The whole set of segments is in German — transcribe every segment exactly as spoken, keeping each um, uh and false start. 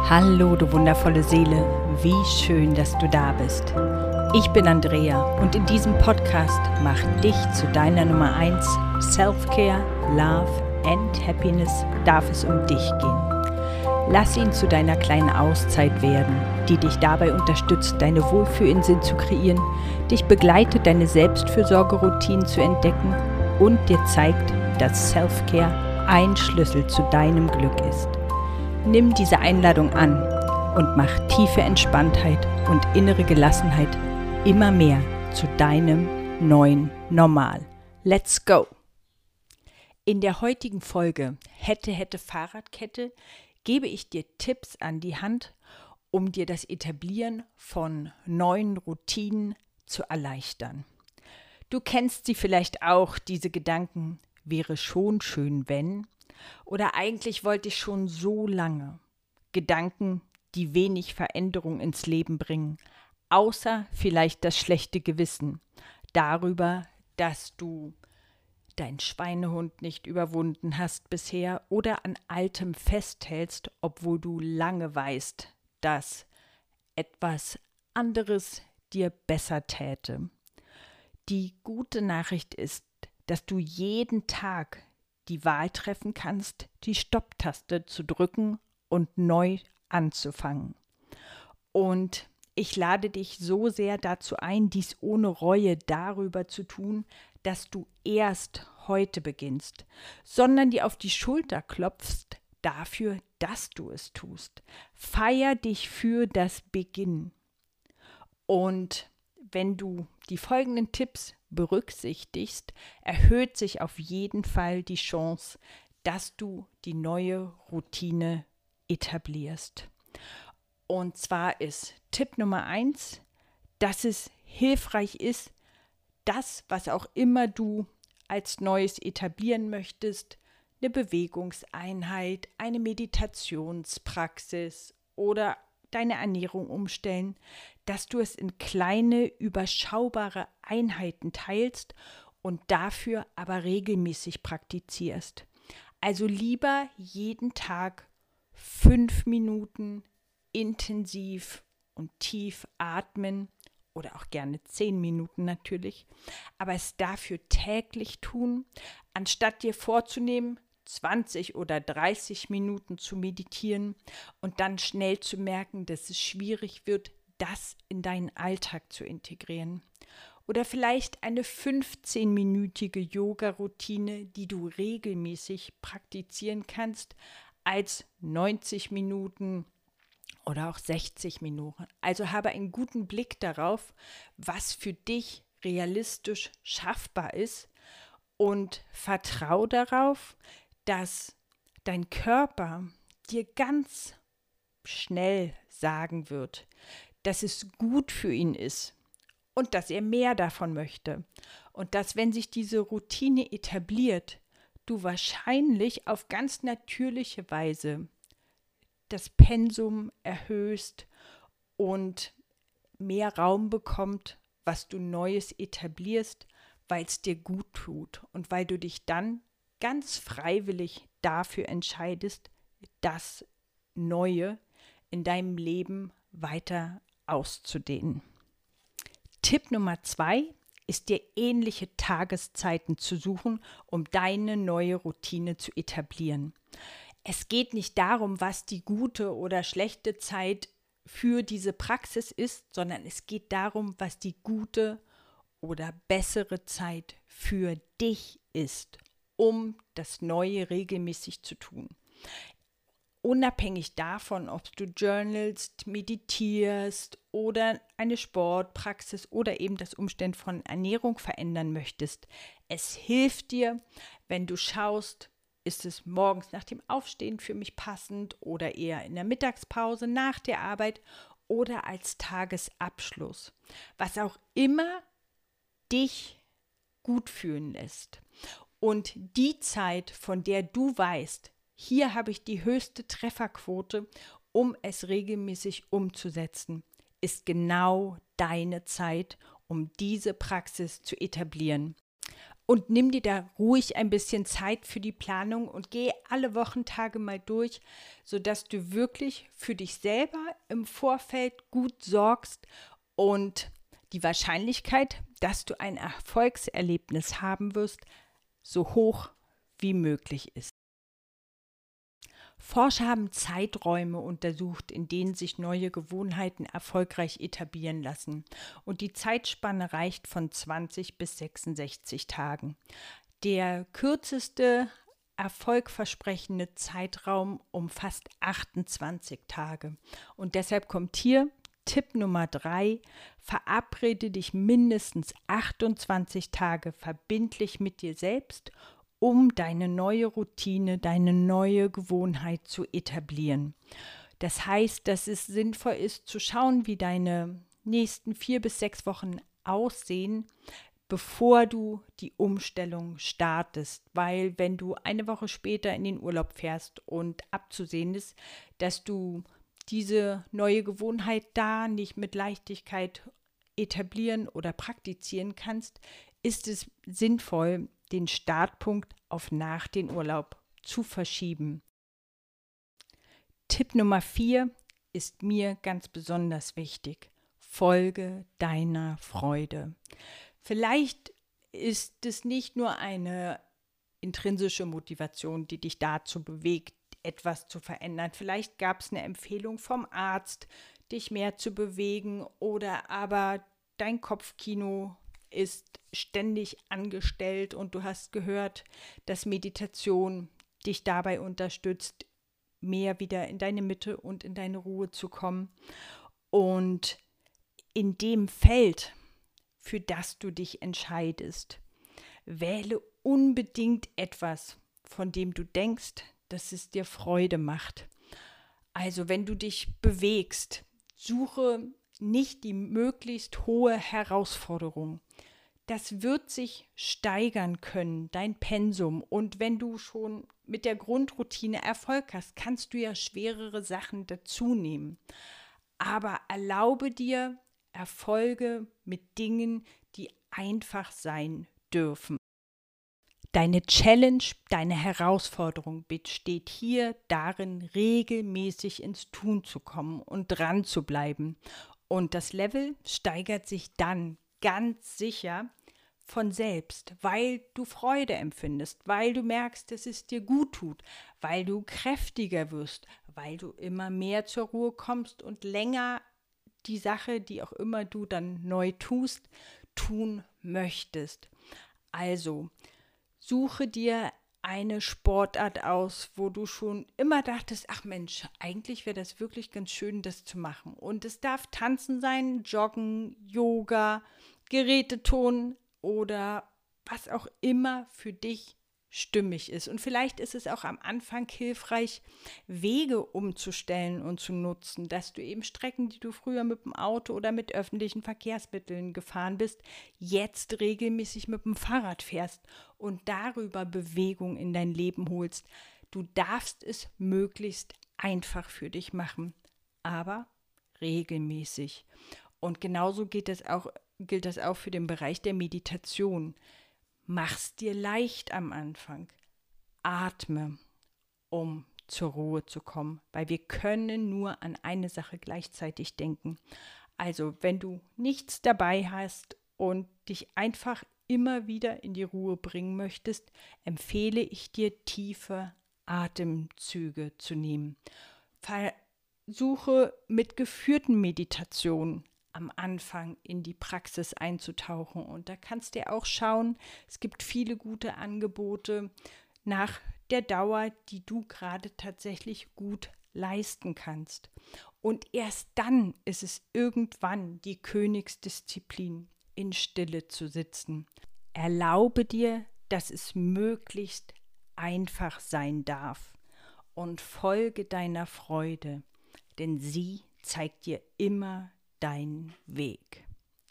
Hallo, du wundervolle Seele, wie schön, dass du da bist. Ich bin Andrea und in diesem Podcast mach dich zu deiner Nummer eins. Self-Care, Love and Happiness darf es um dich gehen. Lass ihn zu deiner kleinen Auszeit werden, die dich dabei unterstützt, deine Wohlfühlinseln zu kreieren, dich begleitet, deine Selbstfürsorgeroutinen zu entdecken und dir zeigt, dass Self-Care ein Schlüssel zu deinem Glück ist. Nimm diese Einladung an und mach tiefe Entspanntheit und innere Gelassenheit immer mehr zu deinem neuen Normal. Let's go! In der heutigen Folge Hätte, hätte Fahrradkette gebe ich dir Tipps an die Hand, um dir das Etablieren von neuen Routinen zu erleichtern. Du kennst sie vielleicht auch, diese Gedanken, wäre schon schön, wenn... Oder eigentlich wollte ich schon so lange. Gedanken, die wenig Veränderung ins Leben bringen, außer vielleicht das schlechte Gewissen darüber, dass du deinen Schweinehund nicht überwunden hast bisher oder an Altem festhältst, obwohl du lange weißt, dass etwas anderes dir besser täte. Die gute Nachricht ist, dass du jeden Tag die Wahl treffen kannst, die Stopptaste zu drücken und neu anzufangen. Und ich lade dich so sehr dazu ein, dies ohne Reue darüber zu tun, dass du erst heute beginnst, sondern dir auf die Schulter klopfst dafür, dass du es tust. Feier dich für das Beginn. Und wenn du die folgenden Tipps berücksichtigst, erhöht sich auf jeden Fall die Chance, dass du die neue Routine etablierst. Und zwar ist Tipp Nummer eins, dass es hilfreich ist, das, was auch immer du als Neues etablieren möchtest, eine Bewegungseinheit, eine Meditationspraxis oder deine Ernährung umstellen, dass du es in kleine, überschaubare Einheiten teilst und dafür aber regelmäßig praktizierst. Also lieber jeden Tag fünf Minuten intensiv und tief atmen oder auch gerne zehn Minuten natürlich, aber es dafür täglich tun, anstatt dir vorzunehmen, zwanzig oder dreißig Minuten zu meditieren und dann schnell zu merken, dass es schwierig wird, das in deinen Alltag zu integrieren. Oder vielleicht eine fünfzehnminütige Yoga-Routine, die du regelmäßig praktizieren kannst, als neunzig Minuten oder auch sechzig Minuten. Also habe einen guten Blick darauf, was für dich realistisch schaffbar ist und vertraue darauf, dass dein Körper dir ganz schnell sagen wird, dass es gut für ihn ist und dass er mehr davon möchte. Und dass, wenn sich diese Routine etabliert, du wahrscheinlich auf ganz natürliche Weise das Pensum erhöhst und mehr Raum bekommt, was du Neues etablierst, weil es dir gut tut und weil du dich dann ganz freiwillig dafür entscheidest, das Neue in deinem Leben weiter auszudehnen. Tipp Nummer zwei ist, dir ähnliche Tageszeiten zu suchen, um deine neue Routine zu etablieren. Es geht nicht darum, was die gute oder schlechte Zeit für diese Praxis ist, sondern es geht darum, was die gute oder bessere Zeit für dich ist, um das Neue regelmäßig zu tun. Unabhängig davon, ob du journalst, meditierst oder eine Sportpraxis oder eben das Umstand von Ernährung verändern möchtest. Es hilft dir, wenn du schaust, ist es morgens nach dem Aufstehen für mich passend oder eher in der Mittagspause nach der Arbeit oder als Tagesabschluss. Was auch immer dich gut fühlen lässt. Und die Zeit, von der du weißt, hier habe ich die höchste Trefferquote, um es regelmäßig umzusetzen, ist genau deine Zeit, um diese Praxis zu etablieren. Und nimm dir da ruhig ein bisschen Zeit für die Planung und geh alle Wochentage mal durch, sodass du wirklich für dich selber im Vorfeld gut sorgst und die Wahrscheinlichkeit, dass du ein Erfolgserlebnis haben wirst, so hoch wie möglich ist. Forscher haben Zeiträume untersucht, in denen sich neue Gewohnheiten erfolgreich etablieren lassen. Und die Zeitspanne reicht von zwanzig bis sechsundsechzig Tagen. Der kürzeste erfolgversprechende Zeitraum umfasst achtundzwanzig Tage. Und deshalb kommt hier Tipp Nummer drei, verabrede dich mindestens achtundzwanzig Tage verbindlich mit dir selbst, um deine neue Routine, deine neue Gewohnheit zu etablieren. Das heißt, dass es sinnvoll ist, zu schauen, wie deine nächsten vier bis sechs Wochen aussehen, bevor du die Umstellung startest. Weil wenn du eine Woche später in den Urlaub fährst und abzusehen ist, dass du diese neue Gewohnheit da nicht mit Leichtigkeit etablieren oder praktizieren kannst, ist es sinnvoll, den Startpunkt auf nach den Urlaub zu verschieben. Tipp Nummer vier ist mir ganz besonders wichtig. Folge deiner Freude. Vielleicht ist es nicht nur eine intrinsische Motivation, die dich dazu bewegt, etwas zu verändern. Vielleicht gab es eine Empfehlung vom Arzt, dich mehr zu bewegen, oder aber dein Kopfkino ist ständig angestellt und du hast gehört, dass Meditation dich dabei unterstützt, mehr wieder in deine Mitte und in deine Ruhe zu kommen. Und in dem Feld, für das du dich entscheidest, wähle unbedingt etwas, von dem du denkst, dass es dir Freude macht. Also wenn du dich bewegst, suche nicht die möglichst hohe Herausforderung. Das wird sich steigern können, dein Pensum. Und wenn du schon mit der Grundroutine Erfolg hast, kannst du ja schwerere Sachen dazu nehmen. Aber erlaube dir Erfolge mit Dingen, die einfach sein dürfen. Deine Challenge, deine Herausforderung besteht hier darin, regelmäßig ins Tun zu kommen und dran zu bleiben. Und das Level steigert sich dann ganz sicher von selbst, weil du Freude empfindest, weil du merkst, dass es dir gut tut, weil du kräftiger wirst, weil du immer mehr zur Ruhe kommst und länger die Sache, die auch immer du dann neu tust, tun möchtest. Also, suche dir eine Sportart aus, wo du schon immer dachtest, ach Mensch, eigentlich wäre das wirklich ganz schön, das zu machen. Und es darf Tanzen sein, Joggen, Yoga, Geräteton oder was auch immer für dich stimmig ist. Und vielleicht ist es auch am Anfang hilfreich, Wege umzustellen und zu nutzen, dass du eben Strecken, die du früher mit dem Auto oder mit öffentlichen Verkehrsmitteln gefahren bist, jetzt regelmäßig mit dem Fahrrad fährst und darüber Bewegung in dein Leben holst. Du darfst es möglichst einfach für dich machen, aber regelmäßig. Und genauso geht es auch, gilt das auch für den Bereich der Meditation. Mach's dir leicht am Anfang. Atme, um zur Ruhe zu kommen, weil wir können nur an eine Sache gleichzeitig denken. Also, wenn du nichts dabei hast und dich einfach immer wieder in die Ruhe bringen möchtest, empfehle ich dir, tiefe Atemzüge zu nehmen. Versuche mit geführten Meditationen am Anfang in die Praxis einzutauchen. Und da kannst du auch schauen, es gibt viele gute Angebote nach der Dauer, die du gerade tatsächlich gut leisten kannst. Und erst dann ist es irgendwann die Königsdisziplin, in Stille zu sitzen. Erlaube dir, dass es möglichst einfach sein darf und folge deiner Freude, denn sie zeigt dir immer deinen Weg.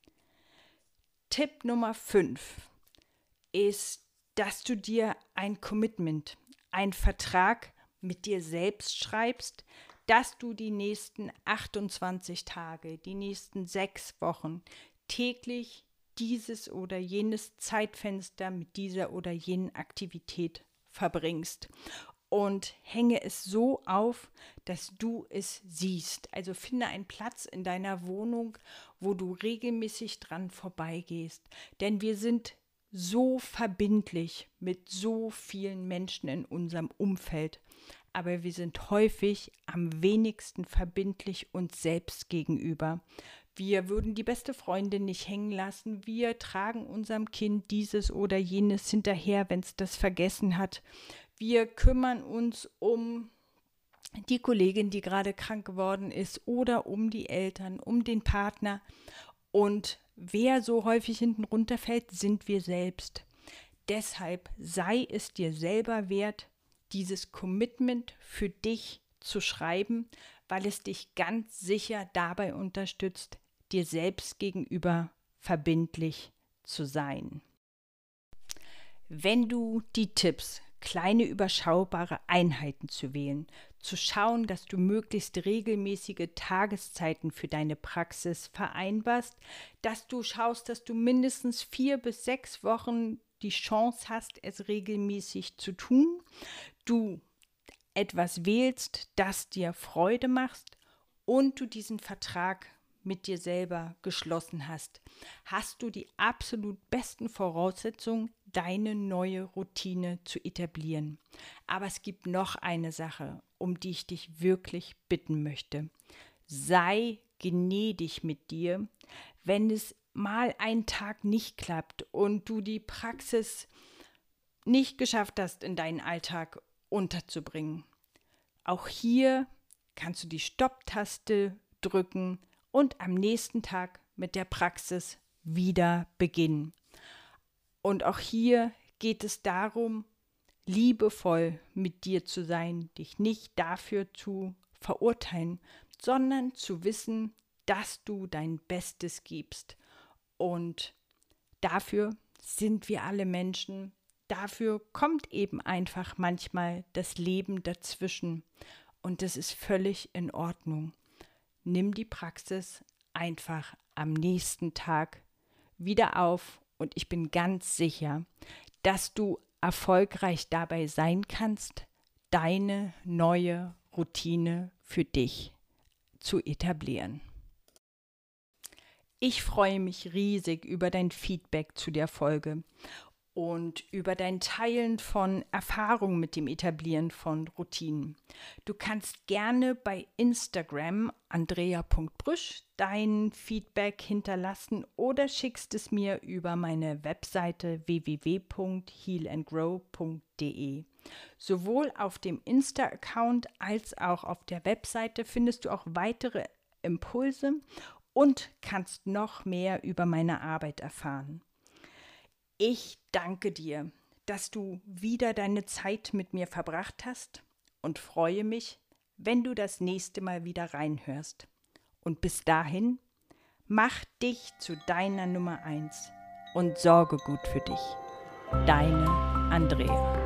Tipp Nummer fünf ist, dass du dir ein Commitment, einen Vertrag mit dir selbst schreibst, dass du die nächsten achtundzwanzig Tage, die nächsten sechs Wochen täglich dieses oder jenes Zeitfenster mit dieser oder jenen Aktivität verbringst. Und hänge es so auf, dass du es siehst. Also finde einen Platz in deiner Wohnung, wo du regelmäßig dran vorbeigehst. Denn wir sind so verbindlich mit so vielen Menschen in unserem Umfeld. Aber wir sind häufig am wenigsten verbindlich uns selbst gegenüber. Wir würden die beste Freundin nicht hängen lassen. Wir tragen unserem Kind dieses oder jenes hinterher, wenn es das vergessen hat. Wir kümmern uns um die Kollegin, die gerade krank geworden ist, oder um die Eltern, um den Partner. Und wer so häufig hinten runterfällt, sind wir selbst. Deshalb sei es dir selber wert, dieses Commitment für dich zu schreiben, weil es dich ganz sicher dabei unterstützt, dir selbst gegenüber verbindlich zu sein. Wenn du die Tipps, kleine überschaubare Einheiten zu wählen, zu schauen, dass du möglichst regelmäßige Tageszeiten für deine Praxis vereinbarst, dass du schaust, dass du mindestens vier bis sechs Wochen die Chance hast, es regelmäßig zu tun, du etwas wählst, das dir Freude macht und du diesen Vertrag mit dir selber geschlossen hast, hast du die absolut besten Voraussetzungen, deine neue Routine zu etablieren. Aber es gibt noch eine Sache, um die ich dich wirklich bitten möchte. Sei gnädig mit dir, wenn es mal einen Tag nicht klappt und du die Praxis nicht geschafft hast, in deinen Alltag unterzubringen. Auch hier kannst du die Stopptaste drücken und am nächsten Tag mit der Praxis wieder beginnen. Und auch hier geht es darum, liebevoll mit dir zu sein, dich nicht dafür zu verurteilen, sondern zu wissen, dass du dein Bestes gibst. Und dafür sind wir alle Menschen. Dafür kommt eben einfach manchmal das Leben dazwischen. Und das ist völlig in Ordnung. Nimm die Praxis einfach am nächsten Tag wieder auf und ich bin ganz sicher, dass du erfolgreich dabei sein kannst, deine neue Routine für dich zu etablieren. Ich freue mich riesig über dein Feedback zu der Folge und über dein Teilen von Erfahrungen mit dem Etablieren von Routinen. Du kannst gerne bei Instagram andrea punkt brüsch dein Feedback hinterlassen oder schickst es mir über meine Webseite w w w punkt heal and grow punkt d e. Sowohl auf dem Insta-Account als auch auf der Webseite findest du auch weitere Impulse und kannst noch mehr über meine Arbeit erfahren. Ich danke dir, dass du wieder deine Zeit mit mir verbracht hast und freue mich, wenn du das nächste Mal wieder reinhörst. Und bis dahin, mach dich zu deiner Nummer eins und sorge gut für dich. Deine Andrea.